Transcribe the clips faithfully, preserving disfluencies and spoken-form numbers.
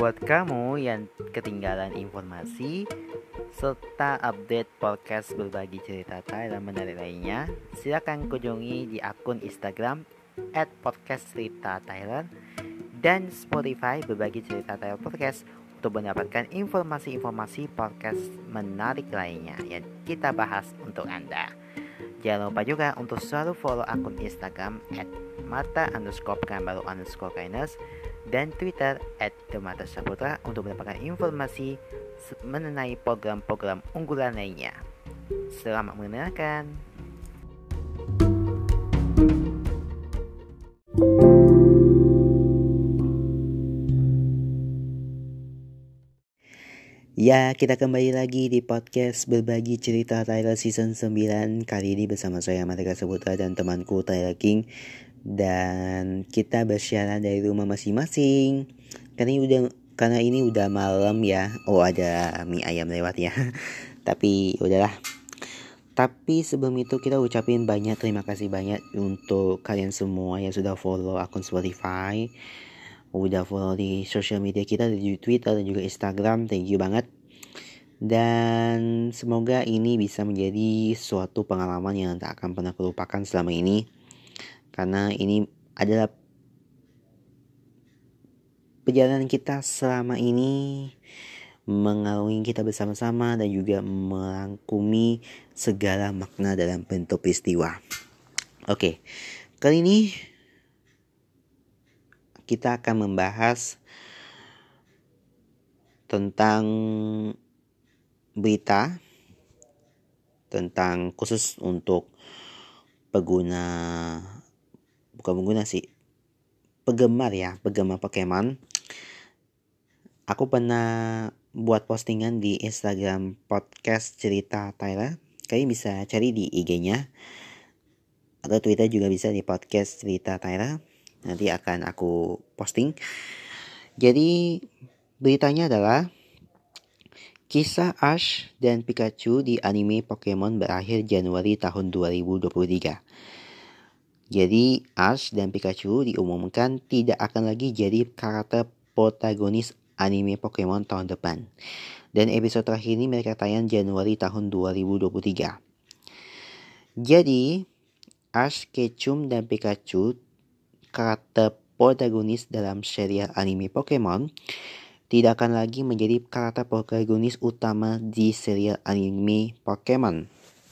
Buat kamu yang ketinggalan informasi serta update podcast berbagi cerita Thailand menarik lainnya, silakan kunjungi di akun Instagram et podcast cerita Thailand dan Spotify berbagi cerita Thailand podcast untuk mendapatkan informasi-informasi podcast menarik lainnya yang kita bahas untuk Anda. Jangan lupa juga untuk selalu follow akun Instagram et mata underscore pekanbaru underscore kindness dan Twitter et demata saputra untuk mendapatkan informasi mengenai program-program unggulan lainnya. Selamat mendengarkan. Ya, kita kembali lagi di podcast Berbagi Cerita Tyler Season sembilan. Kali ini bersama saya Mardika Saputra dan temanku Tyler King. Dan kita bersiaran dari rumah masing-masing. Karena ini udah, karena ini udah malam ya. Oh, ada mie ayam lewat ya. Tapi udahlah. Tapi sebelum itu kita ucapin banyak terima kasih banyak untuk kalian semua yang sudah follow akun Spotify, udah follow di social media kita di Twitter dan juga Instagram. Thank you banget. Dan semoga ini bisa menjadi suatu pengalaman yang tak akan pernah kelupakan selama ini. Karena ini adalah perjalanan kita selama ini, mengalami kita bersama-sama dan juga merangkumi segala makna dalam bentuk peristiwa. Oke, kali ini kita akan membahas tentang berita, tentang khusus untuk pengguna, bukan pengguna sih, penggemar ya, penggemar Pokemon. Aku pernah buat postingan di Instagram podcast cerita Tyler. Kalian bisa cari di I G-nya atau Twitter juga bisa di podcast cerita Tyler. Nanti akan aku posting. Jadi beritanya adalah kisah Ash dan Pikachu di anime Pokemon berakhir Januari tahun dua ribu dua puluh tiga. Jadi Ash dan Pikachu diumumkan tidak akan lagi jadi karakter protagonis anime Pokemon tahun depan. Dan episode terakhir ini mereka tayang Januari tahun dua ribu dua puluh tiga. Jadi Ash Ketchum dan Pikachu, karakter protagonis dalam serial anime Pokemon, tidak akan lagi menjadi karakter protagonis utama di serial anime Pokemon.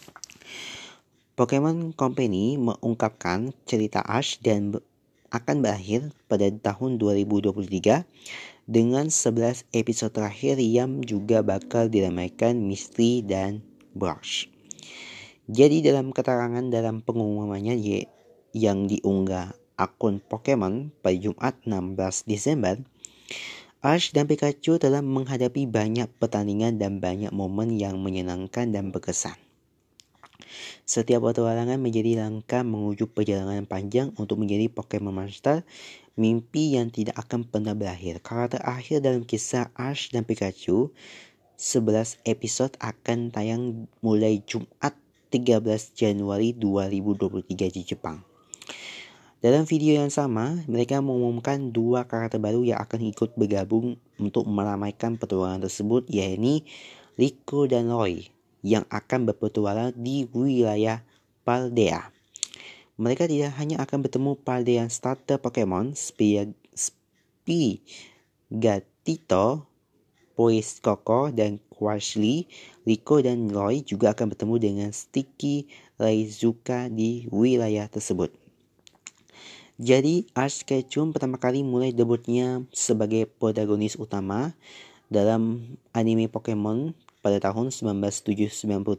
Pokemon Company mengungkapkan cerita Ash dan akan berakhir pada tahun dua ribu dua puluh tiga dengan sebelas episode terakhir yang juga bakal diramaikan Misty dan Brush. Jadi dalam keterangan dalam pengumumannya yang diunggah akun Pokemon pada Jumat enam belas Desember, Ash dan Pikachu telah menghadapi banyak pertandingan dan banyak momen yang menyenangkan dan berkesan. Setiap petualangan menjadi langkah menuju perjalanan panjang untuk menjadi Pokemon Master, mimpi yang tidak akan pernah berakhir. Karakter akhir dalam kisah Ash dan Pikachu, sebelas episode akan tayang mulai Jumat tiga belas Januari dua ribu dua puluh tiga di Jepang. Dalam video yang sama, mereka mengumumkan dua karakter baru yang akan ikut bergabung untuk meramaikan petualangan tersebut, yaitu Rico dan Roy, yang akan berpetualang di wilayah Paldea. Mereka tidak hanya akan bertemu Paldean starter Pokemon Sprigatito, Poiskoko, dan Quashley. Rico dan Roy juga akan bertemu dengan Sticky Raizuka di wilayah tersebut. Jadi Ash Ketchum pertama kali mulai debutnya sebagai protagonis utama dalam anime Pokemon pada tahun sembilan belas sembilan puluh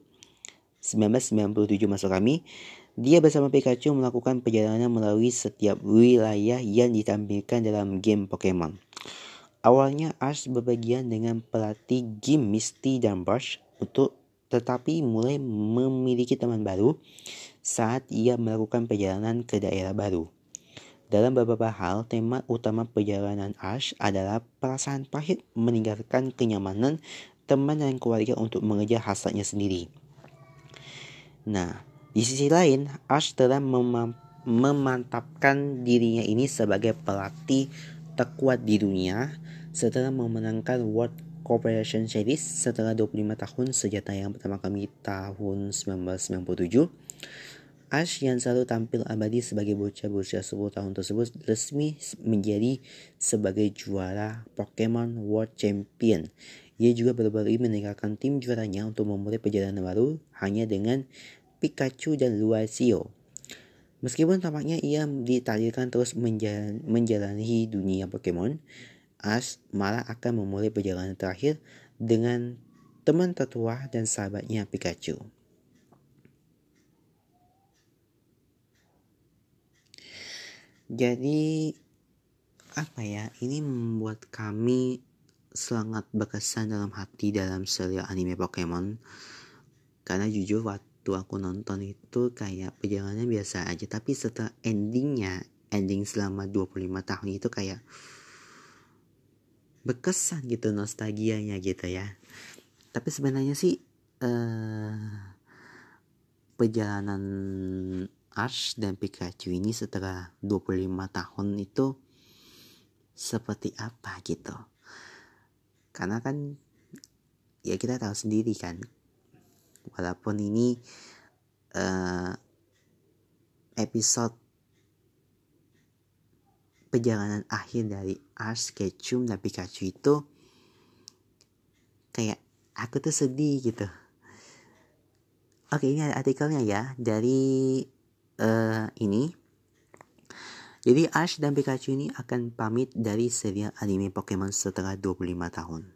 tujuh masuk kami. Dia bersama Pikachu melakukan perjalanan melalui setiap wilayah yang ditampilkan dalam game Pokemon. Awalnya Ash berbagian dengan pelatih game Misty dan Brush untuk tetapi mulai memiliki teman baru saat ia melakukan perjalanan ke daerah baru. Dalam beberapa hal, tema utama perjalanan Ash adalah perasaan pahit meninggalkan kenyamanan teman dan keluarga untuk mengejar hasratnya sendiri. Nah, di sisi lain, Ash telah mem- memantapkan dirinya ini sebagai pelatih terkuat di dunia setelah memenangkan World Corporation Series setelah dua puluh lima tahun sejak tayang pertama kali tahun sembilan belas sembilan puluh tujuh. Ash yang selalu tampil abadi sebagai bocah berusia sepuluh tahun tersebut resmi menjadi sebagai juara Pokemon World Champion. Ia juga baru-baru ini meninggalkan tim juaranya untuk memulai perjalanan baru hanya dengan Pikachu dan Lucario. Meskipun tampaknya ia ditakdirkan terus menjal- menjalani dunia Pokemon, Ash malah akan memulai perjalanan terakhir dengan teman tertua dan sahabatnya Pikachu. Jadi apa ya, ini membuat kami sangat berkesan dalam hati dalam serial anime Pokemon. Karena jujur waktu aku nonton itu kayak perjalanan biasa aja, tapi setelah endingnya, ending selama dua puluh lima tahun itu kayak berkesan gitu, nostalgianya gitu ya. Tapi sebenarnya sih uh, perjalanan Ash dan Pikachu ini setelah dua puluh lima tahun itu seperti apa gitu. Karena kan ya kita tahu sendiri kan, walaupun ini uh, episode perjalanan akhir dari Ash, Ketchum, dan Pikachu itu kayak aku tuh sedih gitu. Oke, ini ada artikelnya ya dari uh, ini. Jadi Ash dan Pikachu ini akan pamit dari serial anime Pokemon setelah dua puluh lima tahun.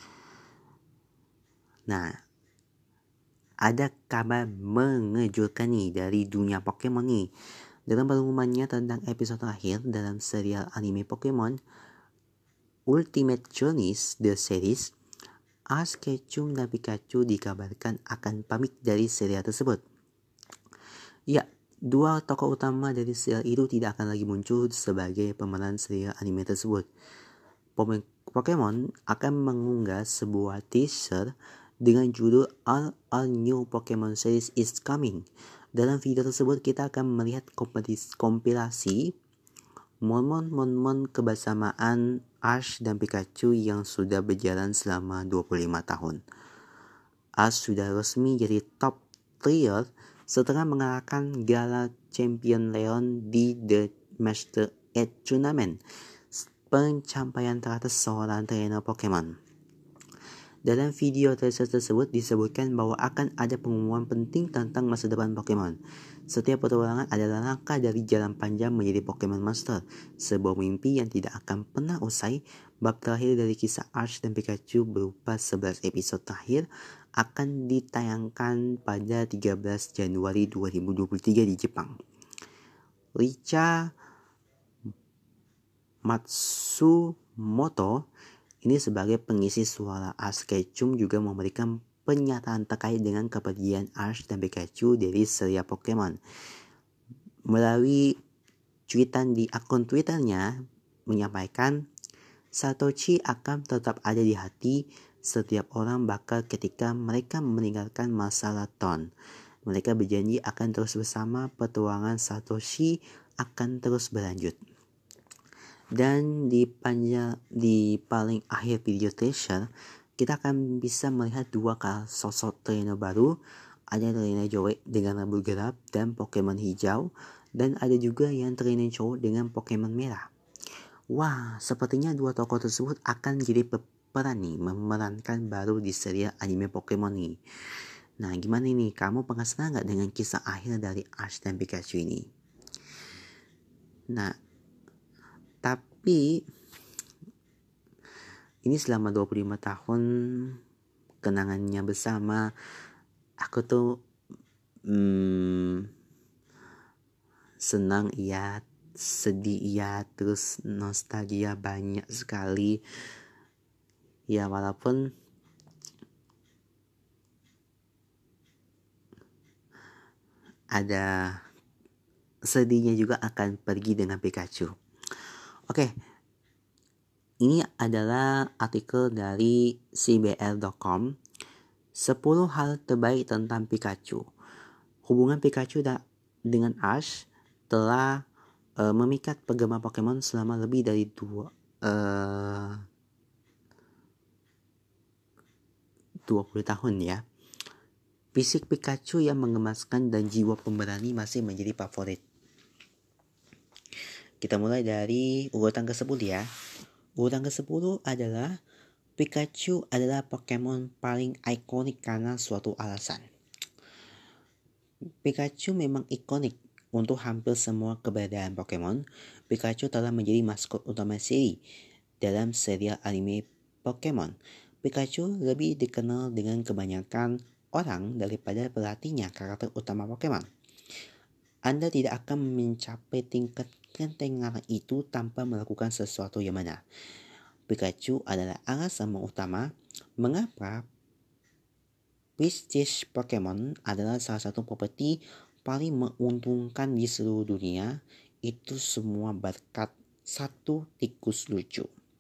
Nah, ada kabar mengejutkan nih dari dunia Pokemon nih. Dalam pengumumannya tentang episode terakhir dalam serial anime Pokemon Ultimate Journeys The Series, Ash, Ketchum, dan Pikachu dikabarkan akan pamit dari serial tersebut. Ya, dua tokoh utama dari serial itu tidak akan lagi muncul sebagai pemeran serial anime tersebut. Pokemon akan mengunggah sebuah teaser dengan judul All All New Pokemon Series is Coming. Dalam video tersebut kita akan melihat kompilasi momen-momen kebersamaan Ash dan Pikachu yang sudah berjalan selama dua puluh lima tahun. Ash sudah resmi jadi top tier setelah mengalahkan Gala Champion Leon di The Master eight Tournament, pencapaian teratas seorang trainer Pokemon. Dalam video teaser tersebut disebutkan bahwa akan ada pengumuman penting tentang masa depan Pokemon. Setiap petualangan adalah langkah dari jalan panjang menjadi Pokemon Master, sebuah mimpi yang tidak akan pernah usai. Bab terakhir dari kisah Ash dan Pikachu berupa sebelas episode terakhir akan ditayangkan pada tiga belas Januari dua ribu dua puluh tiga di Jepang. Richa Matsumoto ini sebagai pengisi suara Ash Ketchum juga memberikan pernyataan terkait dengan kepergian Ash dan Pikachu dari serial Pokemon. Melalui cuitan di akun Twitternya menyampaikan, Satoshi akan tetap ada di hati setiap orang bakal ketika mereka meninggalkan masa Laton. Mereka berjanji akan terus bersama, petualangan Satoshi akan terus berlanjut. Dan di panjang di paling akhir video teaser kita akan bisa melihat dua sosok trainer baru. Ada trainer cowok dengan rambut gelap dan Pokemon hijau, dan ada juga yang trainer cowok dengan Pokemon merah. Wah, sepertinya dua tokoh tersebut akan jadi berperan nih, memerankan baru di serial anime Pokemon nih. Nah, gimana nih, kamu penasaran gak dengan kisah akhir dari Ash dan Pikachu ini? Nah, tapi ini selama dua puluh lima tahun kenangannya bersama, aku tuh hmm, senang iya, sedih iya, terus nostalgia banyak sekali. Ya walaupun ada sedihnya juga akan pergi dengan Pikachu. Oke, ini adalah artikel dari C B L dot com. sepuluh hal terbaik tentang Pikachu. Hubungan Pikachu dengan Ash telah uh, memikat penggemar Pokemon selama lebih dari dua, uh, dua puluh tahun ya. Fisik Pikachu yang menggemaskan dan jiwa pemberani masih menjadi favorit. Kita mulai dari urutan kesepuluh ya. Urutan kesepuluh adalah Pikachu adalah Pokemon paling ikonik karena suatu alasan. Pikachu memang ikonik untuk hampir semua keberadaan Pokemon. Pikachu telah menjadi maskot utama seri dalam serial anime Pokemon. Pikachu lebih dikenal dengan kebanyakan orang daripada pelatihnya karakter utama Pokemon. Anda tidak akan mencapai tingkat ketenaran itu tanpa melakukan sesuatu yang benar. Pikachu adalah alasan utama mengapa Prestige Pokemon adalah salah satu properti paling menguntungkan di seluruh dunia. Itu semua berkat satu tikus lucu.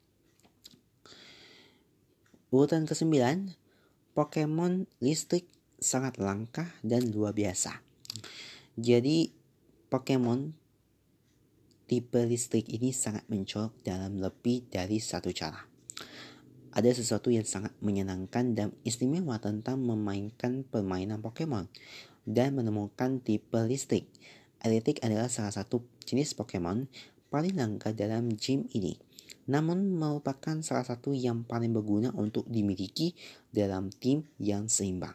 Urutan kesembilan, Pokemon listrik sangat langka dan luar biasa. Jadi Pokemon tipe listrik ini sangat mencolok dalam lebih dari satu cara. Ada sesuatu yang sangat menyenangkan dan istimewa tentang memainkan permainan Pokemon dan menemukan tipe listrik. Elektrik adalah salah satu jenis Pokemon paling langka dalam game ini, namun merupakan salah satu yang paling berguna untuk dimiliki dalam tim yang seimbang.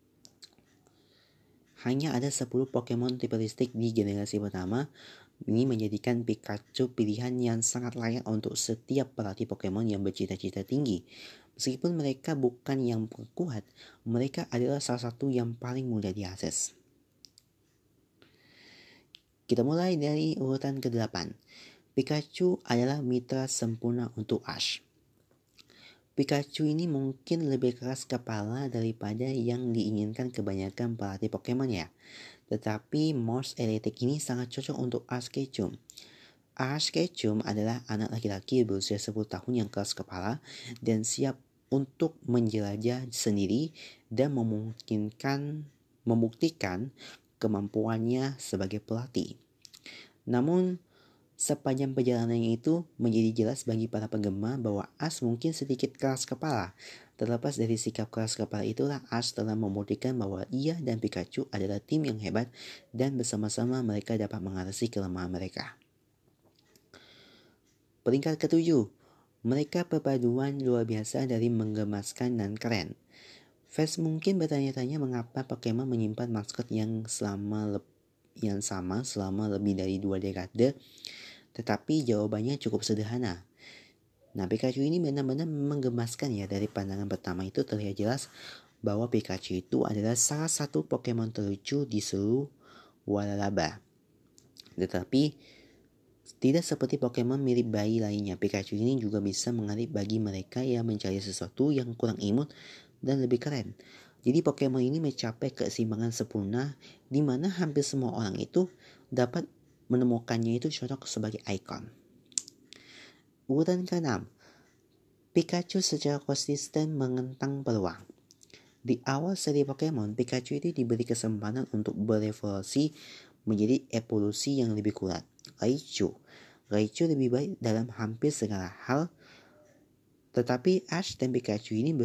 Hanya ada sepuluh Pokemon tipe listrik di generasi pertama. Ini menjadikan Pikachu pilihan yang sangat layak untuk setiap pelatih Pokemon yang bercita-cita tinggi. Meskipun mereka bukan yang kuat, mereka adalah salah satu yang paling mudah diakses. Kita mulai dari urutan kedelapan. Pikachu adalah mitra sempurna untuk Ash. Pikachu ini mungkin lebih keras kepala daripada yang diinginkan kebanyakan pelatih Pokemon ya. Tetapi Morse elektrik ini sangat cocok untuk Ash Ketchum. Ash Ketchum adalah anak laki-laki berusia sepuluh tahun yang keras kepala dan siap untuk menjelajah sendiri dan memungkinkan membuktikan kemampuannya sebagai pelatih. Namun sepanjang perjalanannya itu menjadi jelas bagi para penggemar bahwa Ash mungkin sedikit keras kepala. Terlepas dari sikap keras kepala itulah Ash telah membuktikan bahwa ia dan Pikachu adalah tim yang hebat dan bersama-sama mereka dapat mengatasi kelemahan mereka. Peringkat ketujuh, mereka perpaduan luar biasa dari menggemaskan dan keren. Fans mungkin bertanya-tanya mengapa Pokemon menyimpan maskot yang selama le- yang sama selama lebih dari dua dekade. Tetapi jawabannya cukup sederhana. Nah, Pikachu ini benar-benar menggemaskan ya. Dari pandangan pertama itu terlihat jelas bahwa Pikachu itu adalah salah satu Pokemon terlucu di seluruh waralaba. Tetapi tidak seperti Pokemon mirip bayi lainnya, Pikachu ini juga bisa mengalir bagi mereka yang mencari sesuatu yang kurang imut dan lebih keren. Jadi Pokemon ini mencapai keseimbangan sempurna di mana hampir semua orang itu dapat menemukannya itu cocok sebagai ikon. Urutan keenam, Pikachu secara konsisten menentang peluang. Di awal seri Pokemon, Pikachu itu diberi kesempatan untuk berevolusi menjadi evolusi yang lebih kuat, Raichu. Raichu lebih baik dalam hampir segala hal, tetapi Ash dan Pikachu ini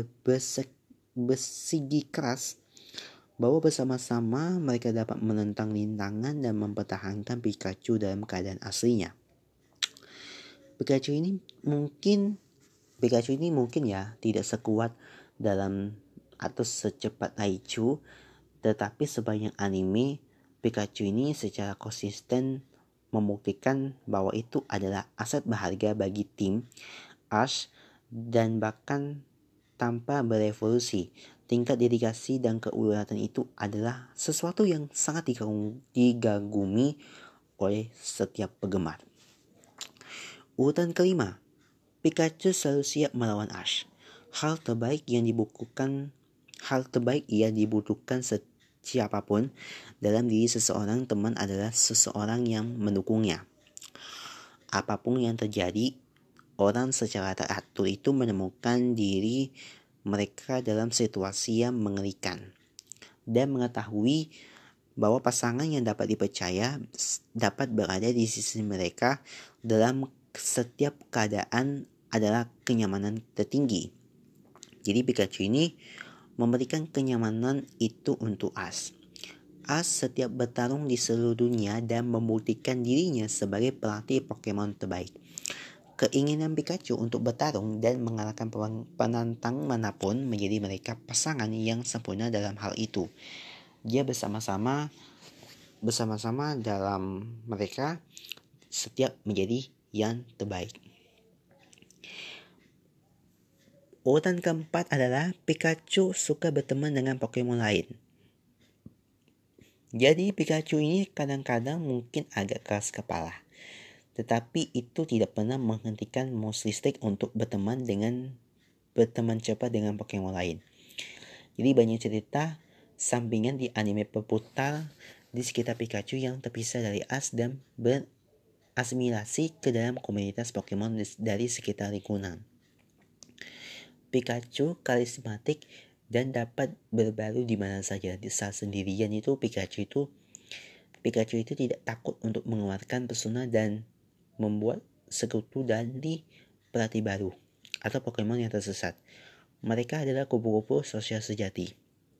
bersigi keras bahwa bersama-sama mereka dapat menentang rintangan dan mempertahankan Pikachu dalam keadaan aslinya. Pikachu ini mungkin Pikachu ini mungkin ya tidak sekuat dalam atau secepat Raichu, tetapi sebanyak anime Pikachu ini secara konsisten membuktikan bahwa itu adalah aset berharga bagi tim Ash dan bahkan tanpa berevolusi. Tingkat dedikasi dan keulatan itu adalah sesuatu yang sangat digagumi oleh setiap penggemar. Urutan kelima, Pikachu selalu siap melawan Ash. Hal terbaik yang dibutuhkan, hal terbaik yang dibutuhkan siapapun dalam diri seseorang teman adalah seseorang yang mendukungnya. Apapun yang terjadi, orang secara teratur itu menemukan diri mereka dalam situasi yang mengerikan dan mengetahui bahwa pasangan yang dapat dipercaya dapat berada di sisi mereka dalam setiap keadaan adalah kenyamanan tertinggi. Jadi Pikachu ini memberikan kenyamanan itu untuk Ash. Ash setiap bertarung di seluruh dunia dan membuktikan dirinya sebagai pelatih Pokemon terbaik. Keinginan Pikachu untuk bertarung dan mengalahkan penantang manapun menjadi mereka pasangan yang sempurna dalam hal itu. Dia bersama-sama bersama-sama dalam mereka setiap menjadi yang terbaik. Urutan keempat adalah Pikachu suka berteman dengan Pokemon lain. Jadi Pikachu ini kadang-kadang mungkin agak keras kepala. Tetapi itu tidak pernah menghentikan mouse listrik untuk berteman dengan berteman cepat dengan Pokemon lain. Jadi banyak cerita sampingan di anime berputar di sekitar Pikachu yang terpisah dari Ash dan berasimilasi ke dalam komunitas Pokemon dari sekitar lingkungan. Pikachu karismatik dan dapat berbaru di mana saja. Di saat sendirian itu Pikachu itu Pikachu itu tidak takut untuk mengeluarkan pesona dan membuat sekutu dari pelatih baru atau Pokemon yang tersesat. Mereka adalah kupu-kupu sosial sejati.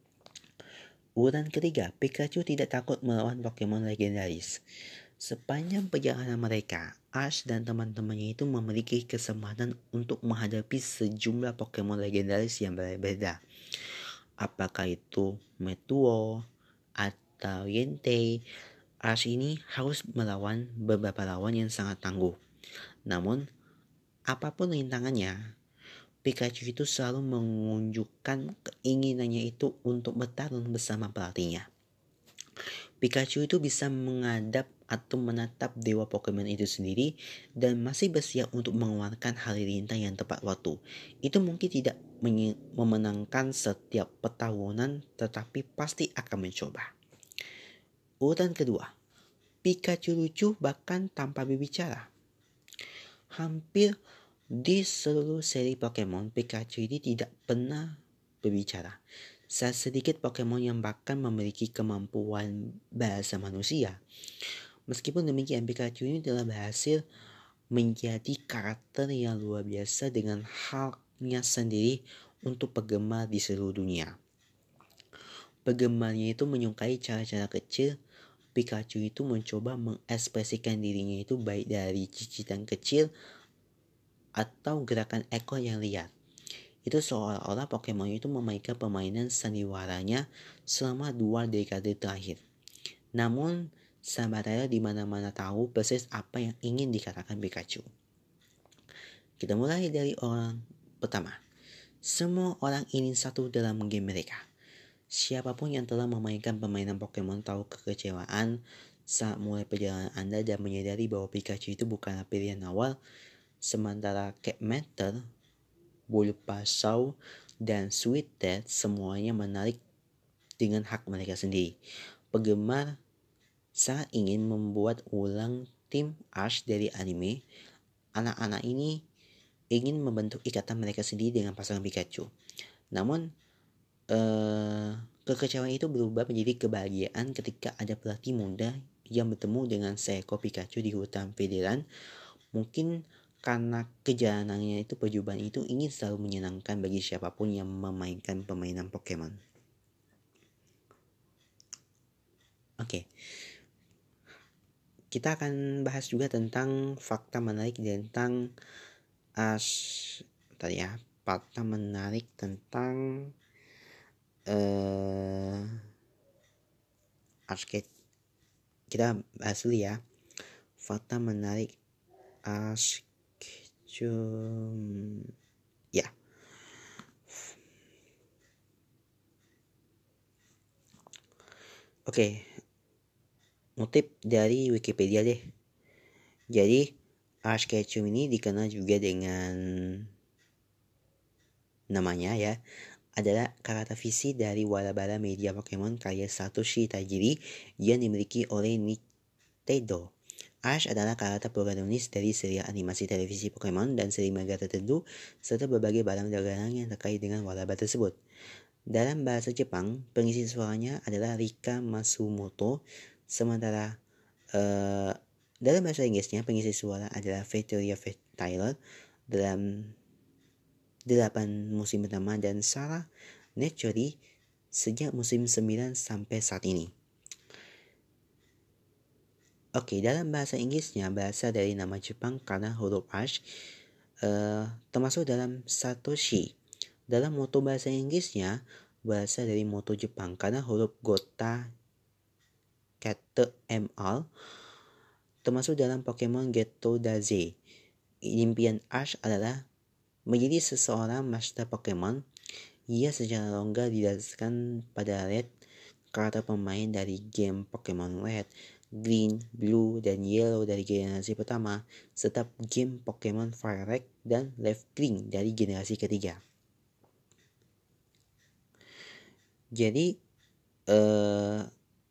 Urutan ketiga, Pikachu tidak takut melawan Pokemon legendaris. Sepanjang perjalanan mereka, Ash dan teman-temannya itu memiliki kesempatan untuk menghadapi sejumlah Pokemon legendaris yang berbeda. Apakah itu Meteor atau Entei, Ash ini harus melawan beberapa lawan yang sangat tangguh. Namun, apapun rintangannya, Pikachu itu selalu menunjukkan keinginannya itu untuk bertarung bersama pelatihnya. Pikachu itu bisa menghadap atau menatap dewa Pokemon itu sendiri dan masih bersiap untuk mengeluarkan halilintar yang tepat waktu. Itu mungkin tidak memenangkan setiap pertarungan, tetapi pasti akan mencoba. Urutan kedua, Pikachu lucu bahkan tanpa berbicara. Hampir di seluruh seri Pokemon, Pikachu ini tidak pernah berbicara. Saat sedikit Pokemon yang bahkan memiliki kemampuan bahasa manusia. Meskipun demikian, Pikachu ini telah berhasil menjadi karakter yang luar biasa dengan halnya sendiri untuk penggemar di seluruh dunia. Penggemarnya itu menyukai cara-cara kecil Pikachu itu mencoba mengekspresikan dirinya itu baik dari cicitan kecil atau gerakan ekor yang liar. Itu seolah-olah Pokemon itu memainkan permainan sandiwaranya selama dua dekade terakhir. Namun, sahabat saya di mana-mana tahu persis apa yang ingin dikatakan Pikachu. Kita mulai dari orang pertama. Semua orang ingin satu dalam game mereka. Siapapun yang telah memainkan permainan Pokemon tahu kekecewaan saat mulai perjalanan Anda dan menyadari bahwa Pikachu itu bukanlah pilihan awal, sementara Capmaster, Bulbasaur, dan Sweetheart semuanya menarik dengan hak mereka sendiri. Penggemar sangat ingin membuat ulang tim Ash dari anime. Anak-anak ini ingin membentuk ikatan mereka sendiri dengan pasangan Pikachu. Namun, Uh, kekecewaan itu berubah menjadi kebahagiaan ketika ada pelatih muda yang bertemu dengan seekor Pikachu di hutan federal. Mungkin karena kejalanannya itu perjumpaan itu ingin selalu menyenangkan bagi siapapun yang memainkan permainan Pokemon. Oke, okay. Kita akan bahas juga tentang fakta menarik tentang Ash tadi ya, fakta menarik tentang Uh, Arcade. Kita bahas dulu ya. Fakta menarik Arcade. Ya. Oke. Ngutip dari Wikipedia deh. Jadi Arcade ini dikenal juga dengan namanya ya, adalah karakter visi dari wala-bala media Pokemon karya Satoshi Tajiri yang dimiliki oleh Nintendo. Ash adalah karakter protagonis dari serial animasi televisi Pokemon dan seri manga tertentu, serta berbagai barang dagangan yang terkait dengan wala-bala tersebut. Dalam bahasa Jepang, pengisi suaranya adalah Rika Matsumoto, sementara uh, dalam bahasa Inggrisnya pengisi suara adalah Victoria Taylor dalam delapan musim pertama dan Sarah Naturally sejak musim sembilan sampai saat ini. Oke, dalam bahasa Inggrisnya berasal dari nama Jepang karena huruf H, uh, termasuk dalam Satoshi. Dalam moto bahasa Inggrisnya berasal dari moto Jepang karena huruf Gota kata M R, termasuk dalam Pokemon Geto Daze. Impian Ash adalah menjadi seseorang master Pokemon. Ia secara longgar didasarkan pada Red, karakter pemain dari game Pokemon Red, Green, Blue, dan Yellow dari generasi pertama, serta game Pokemon Fire Red dan Leaf Green dari generasi ketiga. Jadi, uh,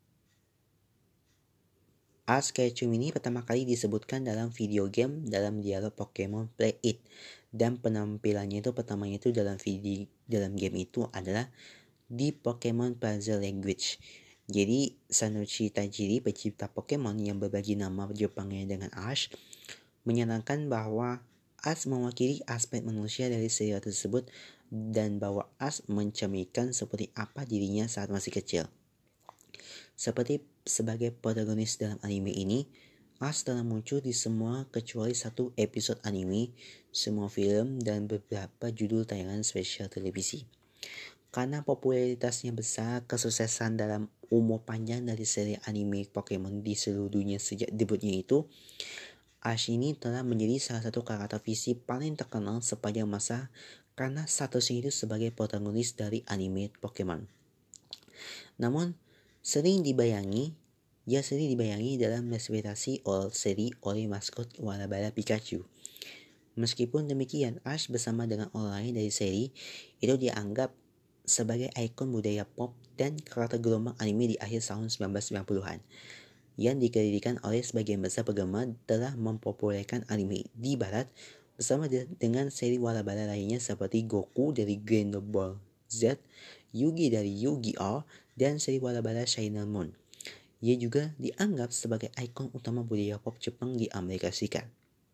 Ash Ketchum ini pertama kali disebutkan dalam video game dalam dialog Pokemon Play It, dan penampilannya itu pertamanya itu dalam video dalam game itu adalah di Pokemon Puzzle Language. Jadi Sanushi Tajiri, pencipta Pokemon yang berbagi nama Jepangnya dengan Ash, menyarankan bahwa Ash mewakili aspek manusia dari serial tersebut dan bahwa Ash mencerminkan seperti apa dirinya saat masih kecil. Seperti sebagai protagonis dalam anime ini, Ash telah muncul di semua kecuali satu episode anime, semua film, dan beberapa judul tayangan spesial televisi. Karena popularitasnya besar, kesuksesan dalam umur panjang dari seri anime Pokemon di seluruh dunia sejak debutnya itu, Ash ini telah menjadi salah satu karakter visi paling terkenal sepanjang masa karena statusnya itu sebagai protagonis dari anime Pokemon. Namun, sering dibayangi, ia sering dibayangi dalam inspirasi oleh seri oleh maskot Warna Pikachu. Meskipun demikian, Ash bersama dengan orang lain dari seri itu dianggap sebagai ikon budaya pop dan karakter gelombang anime di akhir tahun sembilan belas sembilan puluhan, yang dikreditkan oleh sebagian besar penggemar telah mempopulerkan anime di barat bersama de- dengan seri Warna lainnya seperti Goku dari Dragon Ball Z, Yugi dari Yu-Gi-Oh, dan seri Warna Sailor Moon. Ia juga dianggap sebagai ikon utama budaya pop Jepang di Amerika Serikat.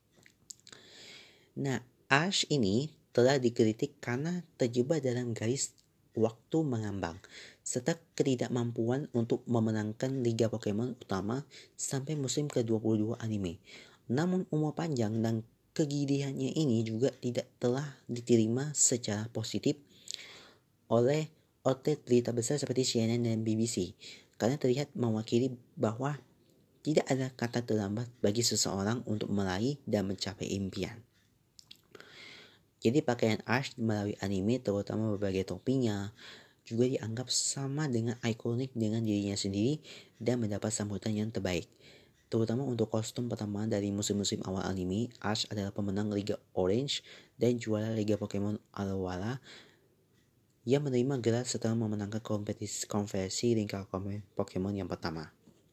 Nah, Ash ini telah dikritik karena terjebak dalam garis waktu mengambang, serta ketidakmampuan untuk memenangkan Liga Pokemon utama sampai musim ke dua puluh dua anime. Namun umur panjang dan kegigihannya ini juga tidak telah diterima secara positif oleh outlet berita besar seperti C N N dan B B C, karena terlihat mewakili bahwa tidak ada kata terlambat bagi seseorang untuk meraih dan mencapai impian. Jadi pakaian Ash melalui anime, terutama berbagai topinya, juga dianggap sama dengan ikonik dengan dirinya sendiri dan mendapat sambutan yang terbaik. Terutama untuk kostum pertama dari musim-musim awal anime, Ash adalah pemenang Liga Orange dan juara Liga Pokemon Alola yang menerima gelar setelah memenangkan kompetisi konversi Liga Pokemon yang pertama.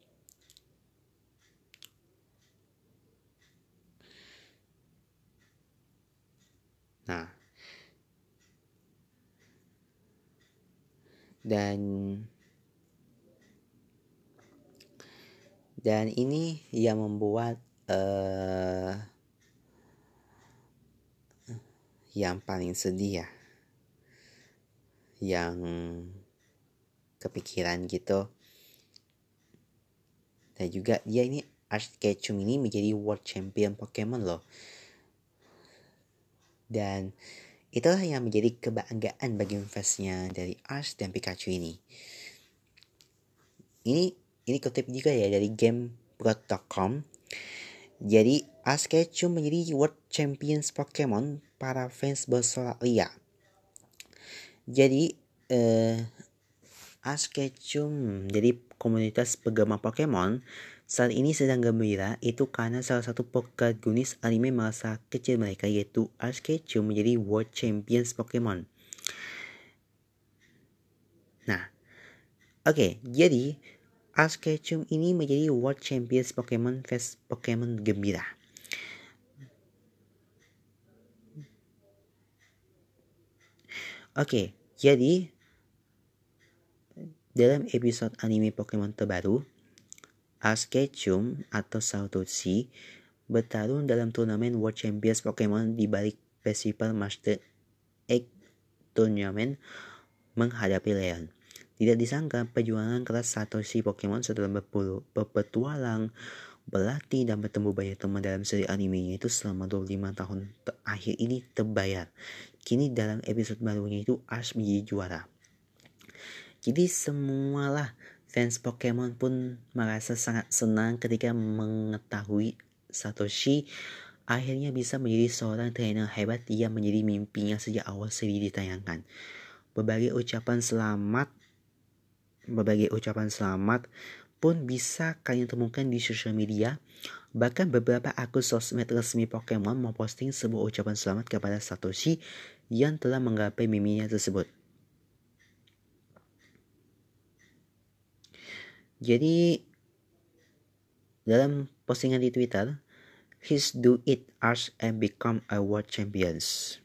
Nah, dan dan ini yang membuat uh, yang paling sedih ya, yang kepikiran gitu. Dan juga dia ini Ash Ketchum ini menjadi World Champion Pokemon loh. Dan itulah yang menjadi kebanggaan bagi fansnya dari Ash dan Pikachu ini. Ini ini kutip juga ya dari GamePro dot com. Jadi Ash Ketchum menjadi World Champions Pokemon para fans bersorak ria. Jadi eh, Ash Ketchum jadi komunitas penggemar Pokemon saat ini sedang gembira, itu karena salah satu protagonis anime masa kecil mereka yaitu Ash Ketchum menjadi World Champions Pokemon. Nah, oke, okay, jadi Ash Ketchum ini menjadi World Champions Pokemon fans Pokemon gembira. Oke, okay, jadi dalam episode anime Pokemon terbaru, Ash Ketchum atau Satoshi bertarung dalam turnamen World Champions Pokemon di balik Festival Master X Tournament menghadapi Leon. Tidak disangka perjuangan keras Satoshi Pokemon setelah berpetualang, berlatih dan bertemu banyak teman dalam seri animenya itu selama dua puluh lima tahun terakhir ini terbayar. Kini dalam episode barunya itu Ash menjadi juara. Jadi semualah fans Pokemon pun merasa sangat senang ketika mengetahui Satoshi akhirnya bisa menjadi seorang trainer hebat yang menjadi mimpinya sejak awal seri ditayangkan. Berbagai ucapan selamat Berbagai ucapan selamat pun bisa kalian temukan di sosial media. Bahkan beberapa akun sosmed resmi Pokemon memposting sebuah ucapan selamat kepada Satoshi yang telah menggapai mimpinya tersebut. Jadi dalam postingan di Twitter, "He's do it Ash and become a world champions."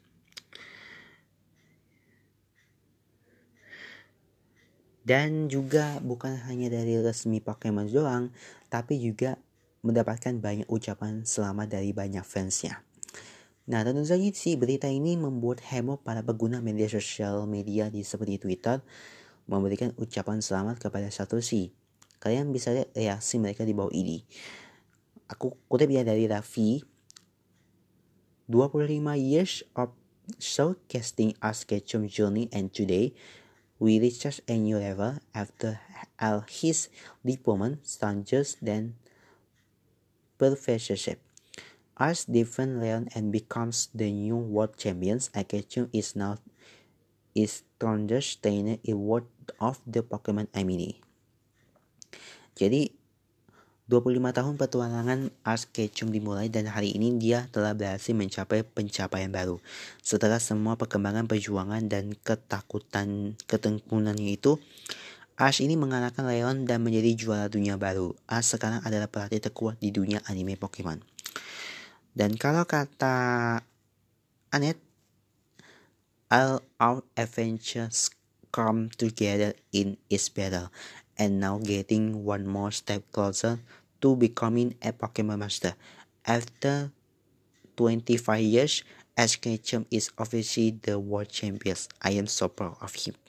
Dan juga bukan hanya dari resmi Pokemon doang, tapi juga mendapatkan banyak ucapan selamat dari banyak fansnya. Nah, tentu saja sih berita ini membuat heboh para pengguna media sosial media di seperti Twitter memberikan ucapan selamat kepada Satoshi. Kalian bisa lihat reaksi mereka di bawah ini. Aku kutip ya dari Raffi. dua puluh lima years of showcasing Ash Ketchum journey, and today we reached a new level after all his deployment stages then professorship. Ash defeats Leon and becomes the new world champion. Ketchum is now is strongest trainer in world of the Pokemon anime. Jadi dua puluh lima tahun petualangan Ash Ketchum dimulai dan hari ini dia telah berhasil mencapai pencapaian baru. Setelah semua perkembangan perjuangan dan ketakutan ketekunannya itu, Ash ini mengalahkan Leon dan menjadi juara dunia baru. Ash sekarang adalah pelatih terkuat di dunia anime Pokemon. Dan kalau kata Anet, all our adventures come together in each battle, and now getting one more step closer to becoming a Pokemon master. After twenty-five years, Ash Ketchum is officially the world champion. I am so proud of him.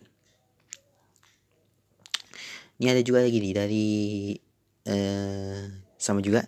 Ini ada juga lagi nih dari uh, sama juga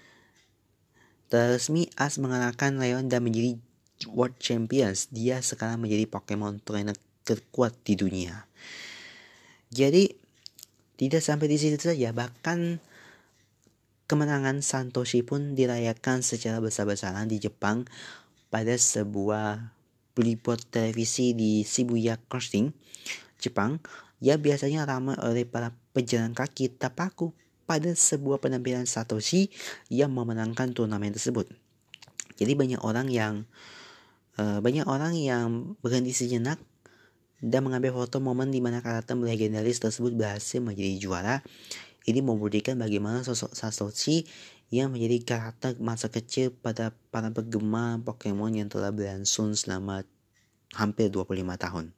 resmi Ash mengalahkan Leon dan menjadi world champions. Dia sekarang menjadi Pokemon trainer terkuat di dunia. Jadi tidak sampai di situ saja, bahkan kemenangan Satoshi pun dirayakan secara besar-besaran di Jepang pada sebuah billboard televisi di Shibuya Crossing, Jepang, yang biasanya ramai oleh para pejalan kaki Tapaku pada sebuah penampilan Satoshi yang memenangkan turnamen tersebut. Jadi banyak orang yang uh, banyak orang yang berhenti sejenak dan mengambil foto momen di mana karakter legendaris tersebut berhasil menjadi juara. Ini membuktikan bagaimana sosok Satoshi yang menjadi karakter masa kecil pada para penggemar Pokemon yang telah berlangsung selama hampir dua puluh lima tahun.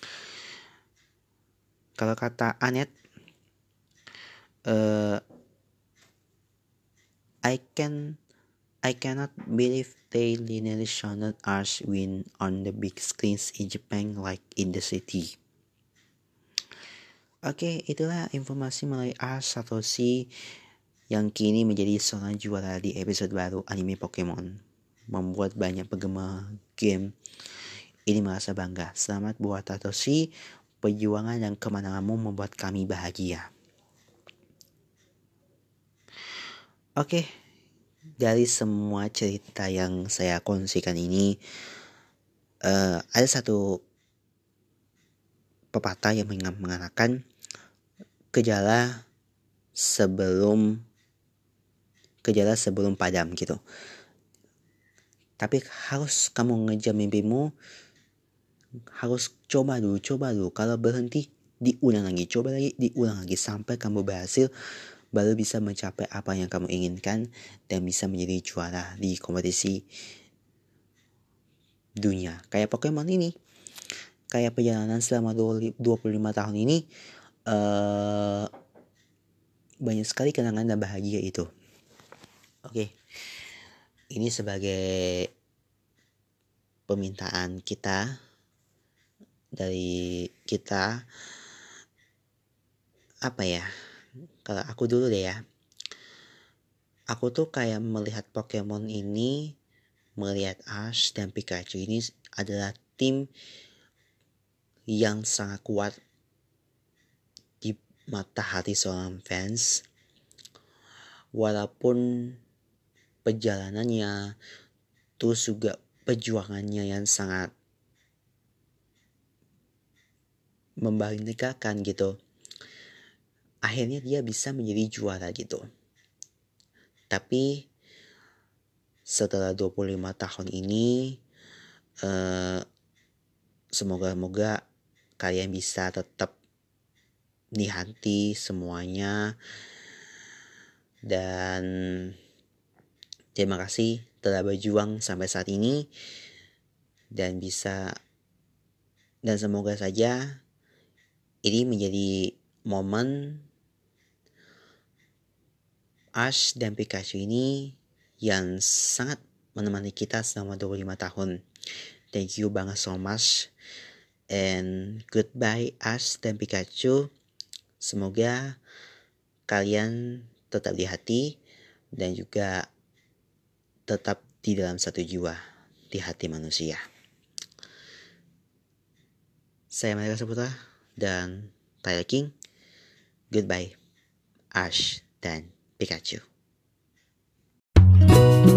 Kalau kata Anet, uh, I can I cannot believe they linearly shown Ash win on the big screens in Japan like in the city. Oke, itulah informasi mengenai Ash Satoshi yang kini menjadi seorang juara di episode baru anime Pokemon. Membuat banyak penggemar game ini merasa bangga. Selamat buat Satoshi, perjuangan dan kemenanganmu membuat kami bahagia. Oke, dari semua cerita yang saya kongsikan ini, uh, ada satu pepatah yang mengatakan gejala sebelum gejala sebelum padam gitu. Tapi harus kamu ngejar mimpimu, harus coba dulu, coba dulu. Kalau berhenti, diulang lagi, coba lagi, diulang lagi sampai kamu berhasil, baru bisa mencapai apa yang kamu inginkan dan bisa menjadi juara di kompetisi dunia. Kayak Pokemon ini, kayak perjalanan selama dua puluh lima tahun ini, uh, banyak sekali kenangan dan bahagia itu. Oke, ini sebagai permintaan kita dari kita. Apa ya, kalau aku dulu deh ya, aku tuh kayak melihat Pokemon ini, melihat Ash dan Pikachu ini adalah tim yang sangat kuat di mata hati seorang fans. Walaupun perjalanannya, terus juga perjuangannya yang sangat membanggakan gitu, akhirnya dia bisa menjadi juara gitu. Tapi setelah dua puluh lima tahun ini, eh, semoga-moga kalian bisa tetap di hati semuanya. Dan terima kasih telah berjuang sampai saat ini. Dan bisa, dan semoga saja ini menjadi momen Ash dan Pikachu ini yang sangat menemani kita selama dua puluh lima tahun. Thank you banget so much. And goodbye Ash dan Pikachu. Semoga kalian tetap di hati dan juga tetap di dalam satu jiwa di hati manusia. Saya Maria Saputra dan Tyler King. Goodbye Ash dan Pikachu.